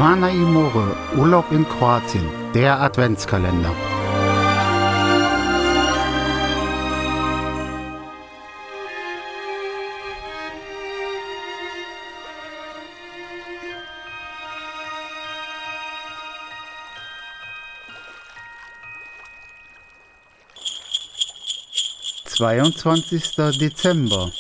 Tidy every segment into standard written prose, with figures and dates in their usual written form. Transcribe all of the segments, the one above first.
Zvana Imore, Urlaub in Kroatien, der Adventskalender. Dezember.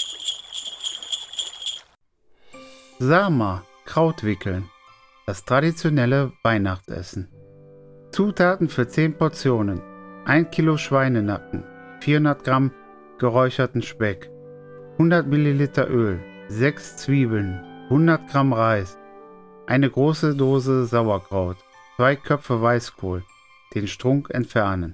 Sama, Krautwickeln. Das traditionelle Weihnachtsessen. Zutaten für 10 Portionen. 1 Kilo Schweinenacken, 400 Gramm geräucherten Speck, 100 Milliliter Öl, 6 Zwiebeln, 100 Gramm Reis, eine große Dose Sauerkraut, 2 Köpfe Weißkohl, den Strunk entfernen,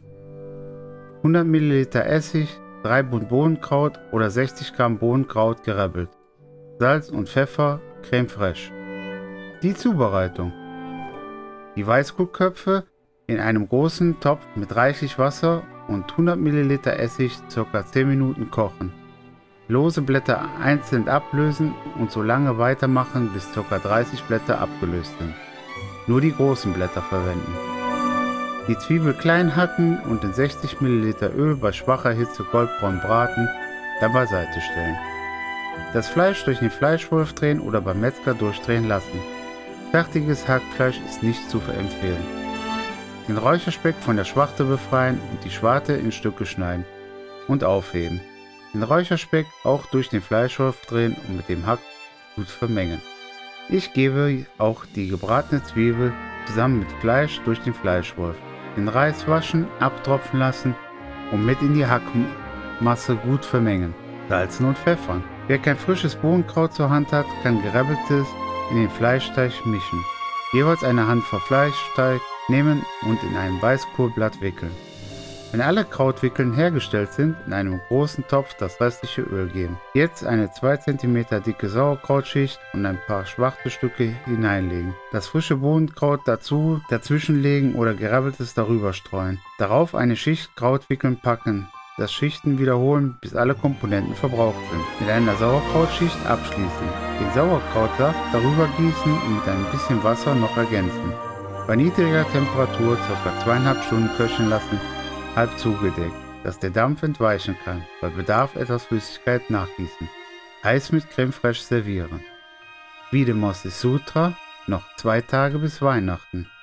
100 Milliliter Essig, 3 Bund Bohnenkraut oder 60 Gramm Bohnenkraut geräbbelt, Salz und Pfeffer, Creme fraiche. Die Zubereitung: Die Weißkohlköpfe in einem großen Topf mit reichlich Wasser und 100 Milliliter Essig ca. 10 Minuten kochen. Lose Blätter einzeln ablösen und so lange weitermachen, bis ca. 30 Blätter abgelöst sind. Nur die großen Blätter verwenden. Die Zwiebel klein hacken und in 60 Milliliter Öl bei schwacher Hitze goldbraun braten, dann beiseite stellen. Das Fleisch durch den Fleischwolf drehen oder beim Metzger durchdrehen lassen. Fertiges Hackfleisch ist nicht zu empfehlen. Den Räucherspeck von der Schwarte befreien und die Schwarte in Stücke schneiden und aufheben. Den Räucherspeck auch durch den Fleischwolf drehen und mit dem Hack gut vermengen. Ich gebe auch die gebratene Zwiebel zusammen mit Fleisch durch den Fleischwolf. Den Reis waschen, abtropfen lassen und mit in die Hackmasse gut vermengen. Salzen und pfeffern. Wer kein frisches Bohnenkraut zur Hand hat, kann geräbbeltes in den Fleischteig mischen. Jeweils eine Handvoll Fleischteig nehmen und in ein Weißkohlblatt wickeln. Wenn alle Krautwickeln hergestellt sind, in einem großen Topf das restliche Öl geben. Jetzt eine 2 cm dicke Sauerkrautschicht und ein paar schwarze Stücke hineinlegen. Das frische Bohnenkraut dazu dazwischenlegen oder geräbbeltes darüber streuen. Darauf eine Schicht Krautwickeln packen. Das Schichten wiederholen, bis alle Komponenten verbraucht sind. Mit einer Sauerkrautschicht abschließen. Den Sauerkrautsaft darüber gießen und mit ein bisschen Wasser noch ergänzen. Bei niedriger Temperatur ca. 2,5 Stunden köcheln lassen, halb zugedeckt, dass der Dampf entweichen kann. Bei Bedarf etwas Flüssigkeit nachgießen. Eis mit Creme fraiche servieren. Videmos Sutra, noch 2 Tage bis Weihnachten.